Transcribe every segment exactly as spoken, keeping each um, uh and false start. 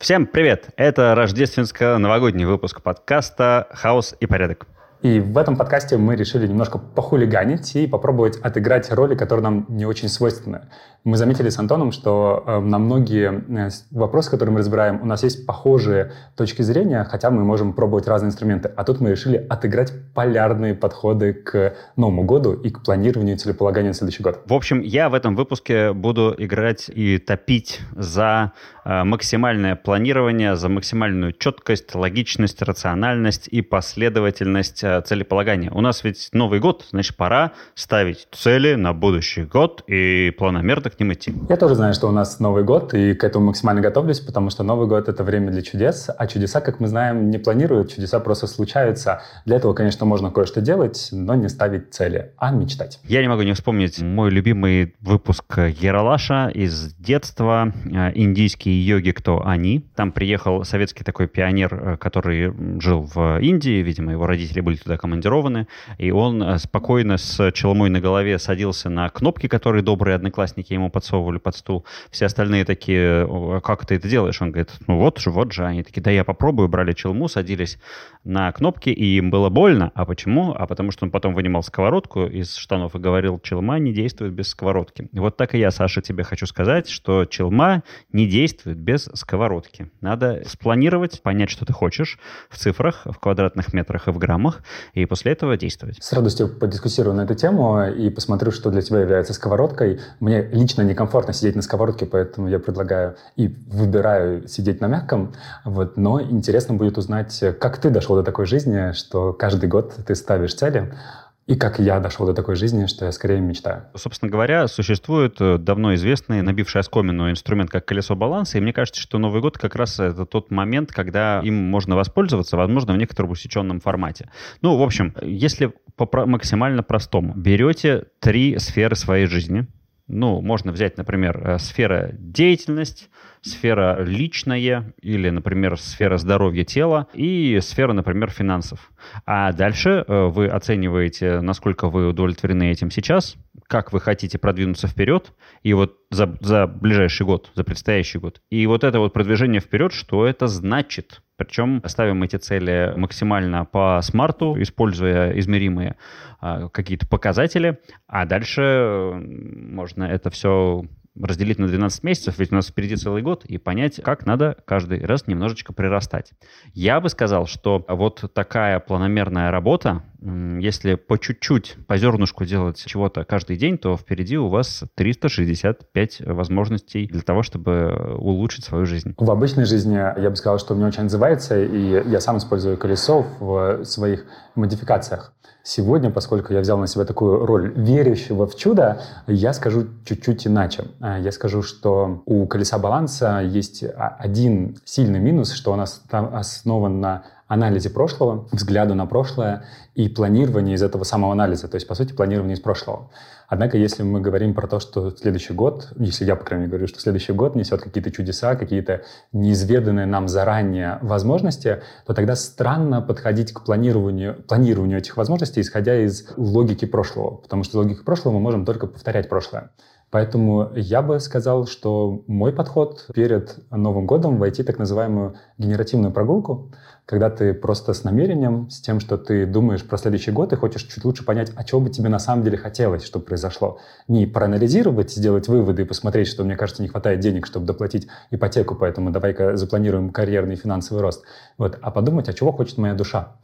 Всем привет! Это рождественско-новогодний выпуск подкаста «Хаос и порядок». И в этом подкасте мы решили немножко похулиганить и попробовать отыграть роли, которые нам не очень свойственны. Мы заметили с Антоном, что э, на многие вопросы, которые мы разбираем, у нас есть похожие точки зрения, хотя мы можем пробовать разные инструменты. А тут мы решили отыграть полярные подходы к Новому году и к планированию и целеполаганию на следующий год. В общем, я в этом выпуске буду играть и топить за э, максимальное планирование, за максимальную четкость, логичность, рациональность и последовательность э, целеполагания. У нас ведь Новый год, значит, пора ставить цели на будущий год и планомерно к ним идти. Я тоже знаю, что у нас Новый год, и к этому максимально готовлюсь, потому что Новый год — это время для чудес, а чудеса, как мы знаем, не планируют, чудеса просто случаются. Для этого, конечно, можно кое-что делать, но не ставить цели, а мечтать. Я не могу не вспомнить мой любимый выпуск Ералаша из детства, «Индийские йоги. Кто они?». Там приехал советский такой пионер, который жил в Индии, видимо, его родители были туда командированы, и он спокойно с челмой на голове садился на кнопки, которые добрые одноклассники ему подсовывали под стул. Все остальные такие: как ты это делаешь? Он говорит: ну вот же, вот же. Они такие: да я попробую. Брали челму, садились на кнопки, и им было больно. А почему? А потому что он потом вынимал сковородку из штанов и говорил: челма не действует без сковородки. И вот так и я, Саша, тебе хочу сказать, что челма не действует без сковородки. Надо спланировать, понять, что ты хочешь в цифрах, в квадратных метрах и в граммах, и после этого действовать. С радостью подискуссирую на эту тему и посмотрю, что для тебя является сковородкой. Мне лично некомфортно сидеть на сковородке, поэтому я предлагаю и выбираю сидеть на мягком. Вот. Но интересно будет узнать, как ты дошел до такой жизни, что каждый год ты ставишь цели, и как я дошел до такой жизни, что я скорее мечтаю. Собственно говоря, существует давно известный, набивший оскомину инструмент, как колесо баланса, и мне кажется, что Новый год как раз это тот момент, когда им можно воспользоваться, возможно, в некотором усеченном формате. Ну, в общем, если по максимально простому, берете три сферы своей жизни. Ну, можно взять, например, сфера деятельность, сфера личная или, например, сфера здоровья тела и сфера, например, финансов. А дальше вы оцениваете, насколько вы удовлетворены этим сейчас, как вы хотите продвинуться вперед, и вот за, за ближайший год, за предстоящий год. И вот это вот продвижение вперед, что это значит? Причем ставим эти цели максимально по смарту, используя измеримые а, какие-то показатели, а дальше можно это все разделить на двенадцать месяцев, ведь у нас впереди целый год, и понять, как надо каждый раз немножечко прирастать. Я бы сказал, что вот такая планомерная работа, если по чуть-чуть, по зернышку делать чего-то каждый день, то впереди у вас триста шестьдесят пять возможностей для того, чтобы улучшить свою жизнь. В обычной жизни я бы сказал, что мне очень отзывается, и я сам использую колесо в своих модификациях. Сегодня, поскольку я взял на себя такую роль верящего в чудо, я скажу чуть-чуть иначе. Я скажу, что у колеса баланса есть один сильный минус, что он основан на анализе прошлого, взгляду на прошлое и планировании из этого самого анализа. То есть, по сути, планирование из прошлого. Однако, если мы говорим про то, что следующий год, если я, по крайней мере, говорю, что следующий год несет какие-то чудеса, какие-то неизведанные нам заранее возможности, то тогда странно подходить к планированию, планированию этих возможностей, исходя из логики прошлого. Потому что логикой прошлого мы можем только повторять прошлое. Поэтому я бы сказал, что мой подход перед Новым годом — войти в так называемую генеративную прогулку, когда ты просто с намерением, с тем, что ты думаешь про следующий год и хочешь чуть лучше понять, а чего бы тебе на самом деле хотелось, чтобы произошло. Не проанализировать, сделать выводы и посмотреть, что, мне кажется, не хватает денег, чтобы доплатить ипотеку, поэтому давай-ка запланируем карьерный и финансовый рост. Вот. А подумать, а чего хочет моя душа.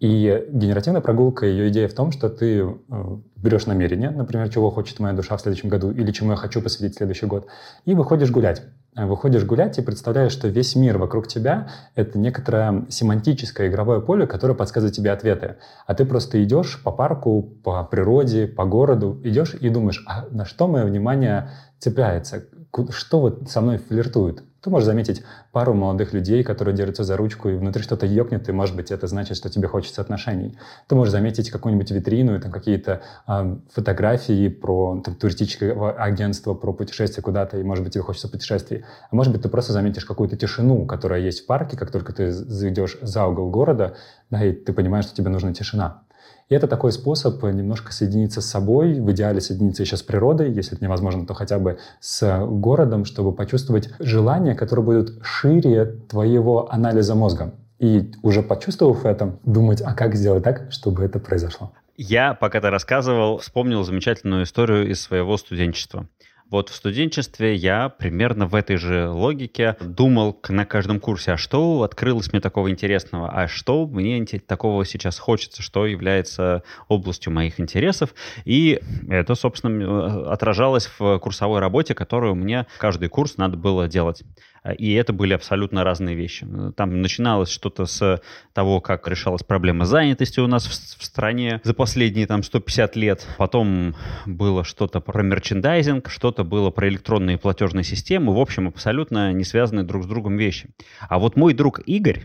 И генеративная прогулка, ее идея в том, что ты э, берешь намерение, например, чего хочет моя душа в следующем году или чему я хочу посвятить следующий год, и выходишь гулять. Выходишь гулять и представляешь, что весь мир вокруг тебя — это некоторое семантическое игровое поле, которое подсказывает тебе ответы. А ты просто идешь по парку, по природе, по городу, идешь и думаешь, а на что мое внимание цепляется? Что вот со мной флиртует? Ты можешь заметить пару молодых людей, которые держатся за ручку, и внутри что-то ёкнет, и, может быть, это значит, что тебе хочется отношений. Ты можешь заметить какую-нибудь витрину, и там какие-то э, фотографии про там, туристическое агентство, про путешествие куда-то, и, может быть, тебе хочется путешествий. А может быть, ты просто заметишь какую-то тишину, которая есть в парке, как только ты зайдешь за угол города, да, и ты понимаешь, что тебе нужна тишина. И это такой способ немножко соединиться с собой, в идеале соединиться еще с природой, если это невозможно, то хотя бы с городом, чтобы почувствовать желания, которые будут шире твоего анализа мозга. И уже почувствовав это, думать, а как сделать так, чтобы это произошло. Я, пока ты рассказывал, вспомнил замечательную историю из своего студенчества. Вот в студенчестве я примерно в этой же логике думал на каждом курсе, а что открылось мне такого интересного, а что мне такого сейчас хочется, что является областью моих интересов. И это, собственно, отражалось в курсовой работе, которую мне каждый курс надо было делать. И это были абсолютно разные вещи. Там начиналось что-то с того, как решалась проблема занятости у нас в, в стране за последние там сто пятьдесят лет. Потом было что-то про мерчендайзинг, что-то было про электронные платежные системы. В общем, абсолютно не связанные друг с другом вещи. А вот мой друг Игорь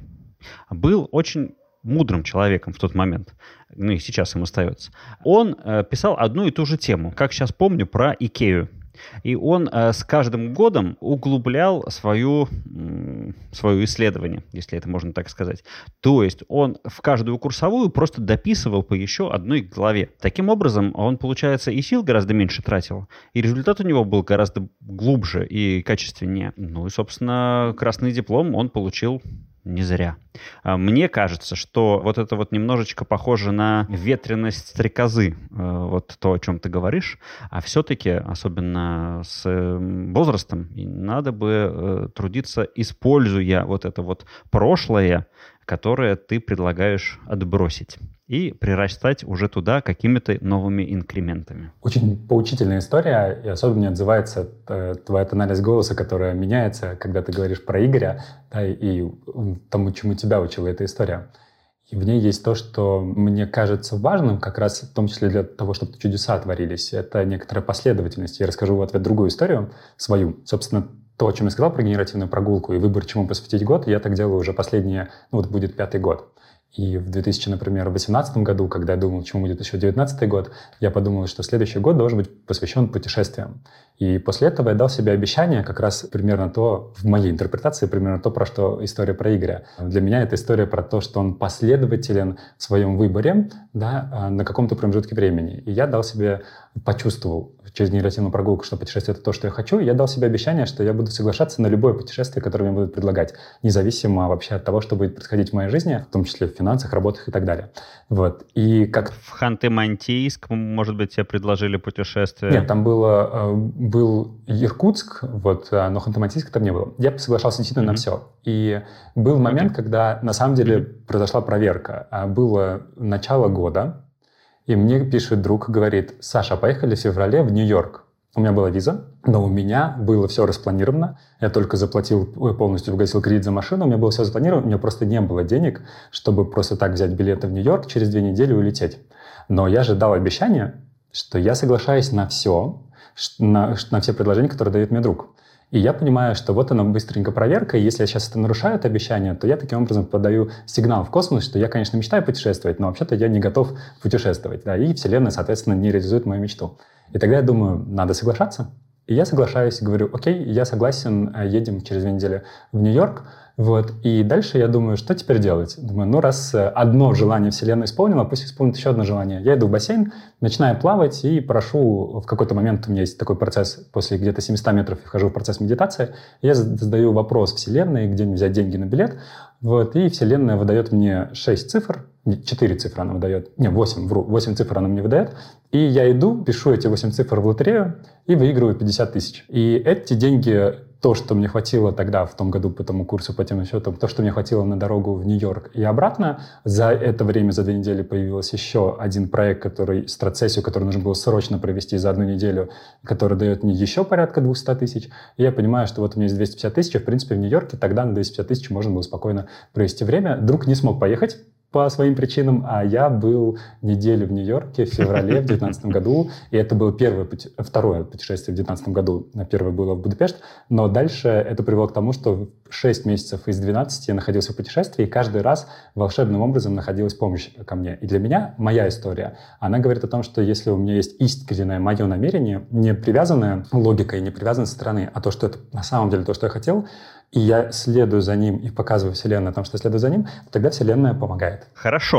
был очень мудрым человеком в тот момент, ну и сейчас им остается. Он э, писал одну и ту же тему, как сейчас помню, про Икею. И он э, с каждым годом углублял свою, м, свое исследование, если это можно так сказать. То есть он в каждую курсовую просто дописывал по еще одной главе. Таким образом, он, получается, и сил гораздо меньше тратил, и результат у него был гораздо глубже и качественнее. Ну и, собственно, красный диплом он получил не зря. Мне кажется, что вот это вот немножечко похоже на ветреность стрекозы, вот то, о чем ты говоришь, а все-таки, особенно с возрастом, надо бы трудиться, используя вот это вот прошлое, которое ты предлагаешь отбросить, и прирастать уже туда какими-то новыми инкрементами. Очень поучительная история, и особенно мне отзывается твой анализ голоса, который меняется, когда ты говоришь про Игоря, да, и тому, чему тебя учила эта история. И в ней есть то, что мне кажется важным, как раз в том числе для того, чтобы чудеса творились. Это некоторая последовательность. Я расскажу в ответ другую историю, свою. Собственно, то, о чем я сказал про генеративную прогулку и выбор, чему посвятить год, я так делаю уже последние, ну вот будет пятый год. И в две тысячи восемнадцатом году, когда я думал, чему будет еще девятнадцатый год, я подумал, что следующий год должен быть посвящен путешествиям. И после этого я дал себе обещание, как раз примерно то, в моей интерпретации, примерно то, про что история про Игоря. Для меня это история про то, что он последователен в своем выборе, да, на каком-то промежутке времени. И я дал себе, почувствовал через генеративную прогулку, что путешествие — это то, что я хочу, и я дал себе обещание, что я буду соглашаться на любое путешествие, которое мне будут предлагать, независимо вообще от того, что будет происходить в моей жизни, в том числе в финансах, работах и так далее. Вот. И как... В Ханты-Мансийск, может быть, тебе предложили путешествие? Нет, там было, был Иркутск, вот, но Ханты-Мансийска там не было. Я соглашался действительно mm-hmm. на все. И был момент, okay. когда на самом деле mm-hmm. произошла проверка. Было начало года, и мне пишет друг, говорит: Саша, поехали в феврале в Нью-Йорк. У меня была виза, но у меня было все распланировано. Я только заплатил, полностью погасил кредит за машину, у меня было все запланировано, у меня просто не было денег, чтобы просто так взять билеты в Нью-Йорк, через две недели улететь. Но я же дал обещание, что я соглашаюсь на все, на, на все предложения, которые дает мне друг. И я понимаю, что вот она быстренько проверка, и если я сейчас это нарушаю, это обещание, то я таким образом подаю сигнал в космос, что я, конечно, мечтаю путешествовать, но вообще-то я не готов путешествовать. Да, и Вселенная, соответственно, не реализует мою мечту. И тогда я думаю, надо соглашаться. И я соглашаюсь, говорю: окей, я согласен, едем через две недели в Нью-Йорк. Вот. И дальше я думаю, что теперь делать? Думаю, ну раз одно желание Вселенной исполнило, пусть исполнит еще одно желание. Я иду в бассейн, начинаю плавать и прошу, в какой-то момент у меня есть такой процесс, после где-то семьсот метров я вхожу в процесс медитации, я задаю вопрос Вселенной, где мне взять деньги на билет, вот, и Вселенная выдает мне шесть цифр, четыре цифры она выдает, не, восемь, вру, восемь цифр она мне выдает, и я иду, пишу эти восемь цифр в лотерею и выигрываю пятьдесят тысяч. И эти деньги... То, что мне хватило тогда, в том году по тому курсу, по тем счетам, то, что мне хватило на дорогу в Нью-Йорк и обратно, за это время, за две недели появился еще один проект, который, страцессию, который нужно было срочно провести за одну неделю, который дает мне еще порядка двести тысяч. И я понимаю, что вот у меня есть двести пятьдесят тысяч, и, в принципе, в Нью-Йорке тогда на двести пятьдесят тысяч можно было спокойно провести время. Друг не смог поехать по своим причинам, а я был неделю в Нью-Йорке в феврале в две тысячи девятнадцатом году, и это было первое, второе путешествие в две тысячи девятнадцатом году, первое было в Будапешт, но дальше это привело к тому, что шесть месяцев из двенадцати я находился в путешествии, и каждый раз волшебным образом находилась помощь ко мне. И для меня моя история, она говорит о том, что если у меня есть истинное мое намерение, не привязанное логикой, не привязанное со стороны, а то, что это на самом деле то, что я хотел, и я следую за ним и показываю Вселенной о том, что я следую за ним, тогда Вселенная помогает. Хорошо.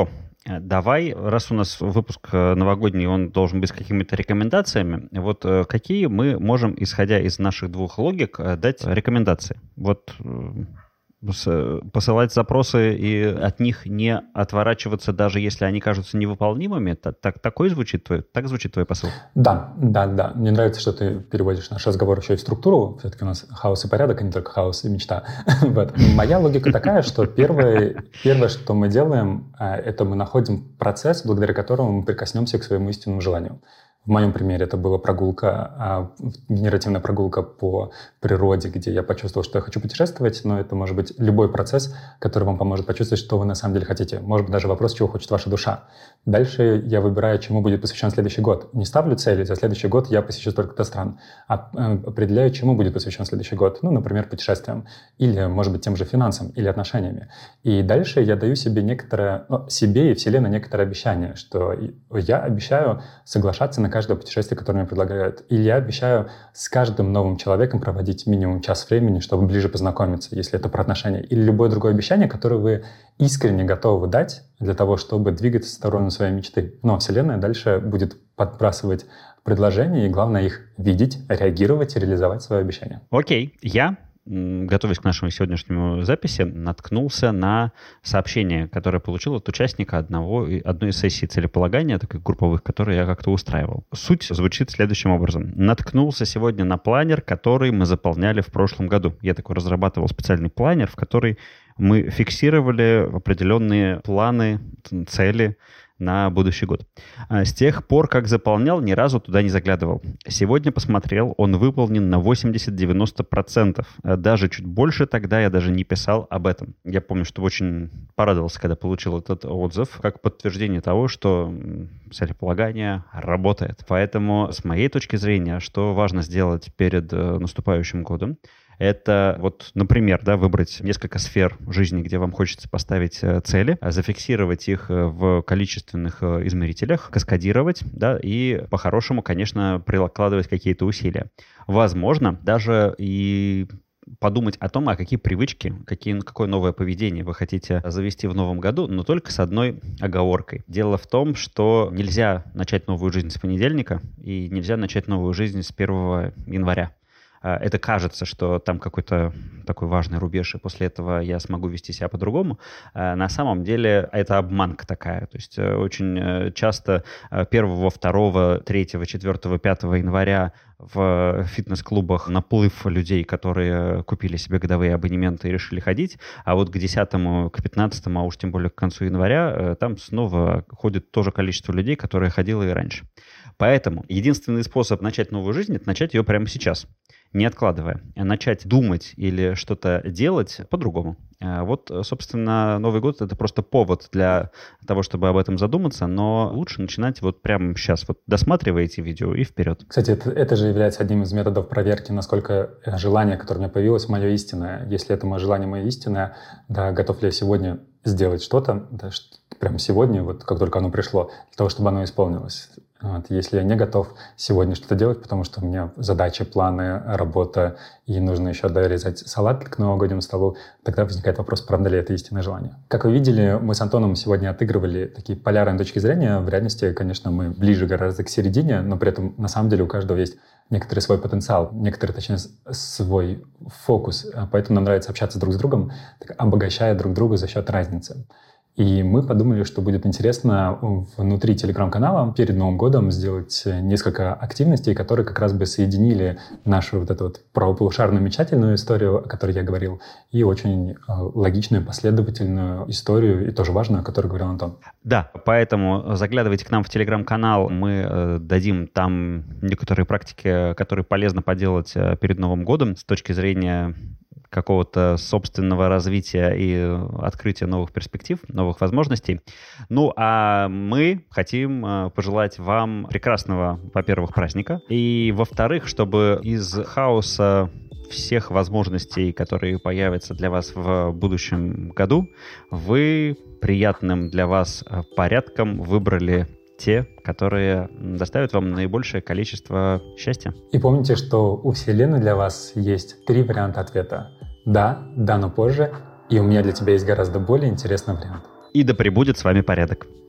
Давай, раз у нас выпуск новогодний, он должен быть с какими-то рекомендациями, вот какие мы можем, исходя из наших двух логик, дать рекомендации? Вот посылать запросы и от них не отворачиваться, даже если они кажутся невыполнимыми? Так, так, такой звучит твой, так звучит твой посыл? Да, да, да. Мне нравится, что ты переводишь наш разговор еще и в структуру. Все-таки у нас хаос и порядок, а не только хаос и мечта. Вот. Моя логика такая, что первое, первое, что мы делаем, это мы находим процесс, благодаря которому мы прикоснемся к своему истинному желанию. В моем примере это была прогулка, генеративная прогулка по природе, где я почувствовал, что я хочу путешествовать, но это может быть любой процесс, который вам поможет почувствовать, что вы на самом деле хотите. Может быть, даже вопрос, чего хочет ваша душа. Дальше я выбираю, чему будет посвящен следующий год. Не ставлю цели, за следующий год я посещу столько-то стран, а определяю, чему будет посвящен следующий год. Ну, например, путешествиям, или, может быть, тем же финансам, или отношениями. И дальше я даю себе некоторое, ну, себе и Вселенной некоторое обещание, что я обещаю соглашаться на каждое путешествие, которое мне предлагают. Или я обещаю с каждым новым человеком проводить минимум час времени, чтобы ближе познакомиться, если это про отношения. Или любое другое обещание, которое вы искренне готовы дать для того, чтобы двигаться в сторону своей мечты. Но Вселенная дальше будет подбрасывать предложения, и главное их видеть, реагировать и реализовать свое обещание. Окей, я... готовясь к нашему сегодняшнему записи, наткнулся на сообщение, которое получил от участника одного, одной из сессий целеполагания, таких групповых, которые я как-то устраивал. Суть звучит следующим образом. Наткнулся сегодня на планер, который мы заполняли в прошлом году. Я такой разрабатывал специальный планер, в который мы фиксировали определенные планы, цели на будущий год. С тех пор, как заполнял, ни разу туда не заглядывал. Сегодня посмотрел, он выполнен на восемьдесят-девяносто процентов. Даже чуть больше тогда я даже не писал об этом. Я помню, что очень порадовался, когда получил этот отзыв, как подтверждение того, что целеполагание работает. Поэтому, с моей точки зрения, что важно сделать перед наступающим годом, это вот, например, да, выбрать несколько сфер жизни, где вам хочется поставить цели, зафиксировать их в количественных измерителях, каскадировать, да, и по-хорошему, конечно, прикладывать какие-то усилия. Возможно, даже и подумать о том, а какие привычки, какие, какое новое поведение вы хотите завести в новом году, но только с одной оговоркой. Дело в том, что нельзя начать новую жизнь с понедельника и нельзя начать новую жизнь с первого января. Это кажется, что там какой-то такой важный рубеж, и после этого я смогу вести себя по-другому. На самом деле это обманка такая. То есть очень часто первого, второго, третьего, четвертого, пятого января в фитнес-клубах наплыв людей, которые купили себе годовые абонементы и решили ходить, а вот к десятому, к пятнадцатому, а уж тем более к концу января, там снова ходит то же количество людей, которое ходило и раньше. Поэтому единственный способ начать новую жизнь — это начать ее прямо сейчас, не откладывая. Начать думать или что-то делать по-другому. Вот, собственно, Новый год — это просто повод для того, чтобы об этом задуматься, но лучше начинать вот прямо сейчас. Вот досматривайте видео и вперед. Кстати, это, это же является одним из методов проверки, насколько желание, которое у меня появилось, мое истинное. Если это мое желание мое истинное, да, готов ли я сегодня сделать что-то, да, прямо сегодня, вот как только оно пришло, для того, чтобы оно исполнилось. Вот. Если я не готов сегодня что-то делать, потому что у меня задачи, планы, работа, и нужно еще дорезать салат к новогоднему столу, тогда возникает вопрос, правда ли это истинное желание. Как вы видели, мы с Антоном сегодня отыгрывали такие полярные точки зрения. В реальности, конечно, мы ближе гораздо к середине, но при этом на самом деле у каждого есть некоторый свой потенциал, некоторый, точнее, свой фокус. Поэтому нам нравится общаться друг с другом, так, обогащая друг друга за счет разницы. И мы подумали, что будет интересно внутри телеграм-канала перед Новым годом сделать несколько активностей, которые как раз бы соединили нашу вот эту вот правополушарную мечтательную историю, о которой я говорил, и очень логичную, последовательную историю, и тоже важную, о которой говорил Антон. Да, поэтому заглядывайте к нам в телеграм-канал, мы дадим там некоторые практики, которые полезно поделать перед Новым годом с точки зрения какого-то собственного развития и открытия новых перспектив, новых возможностей. Ну, а мы хотим пожелать вам прекрасного, во-первых, праздника, и, во-вторых, чтобы из хаоса всех возможностей, которые появятся для вас в будущем году, вы приятным для вас порядком выбрали те, которые доставят вам наибольшее количество счастья. И помните, что у Вселенной для вас есть три варианта ответа. Да, да, но позже. И у меня для тебя есть гораздо более интересный вариант. И да пребудет с вами порядок.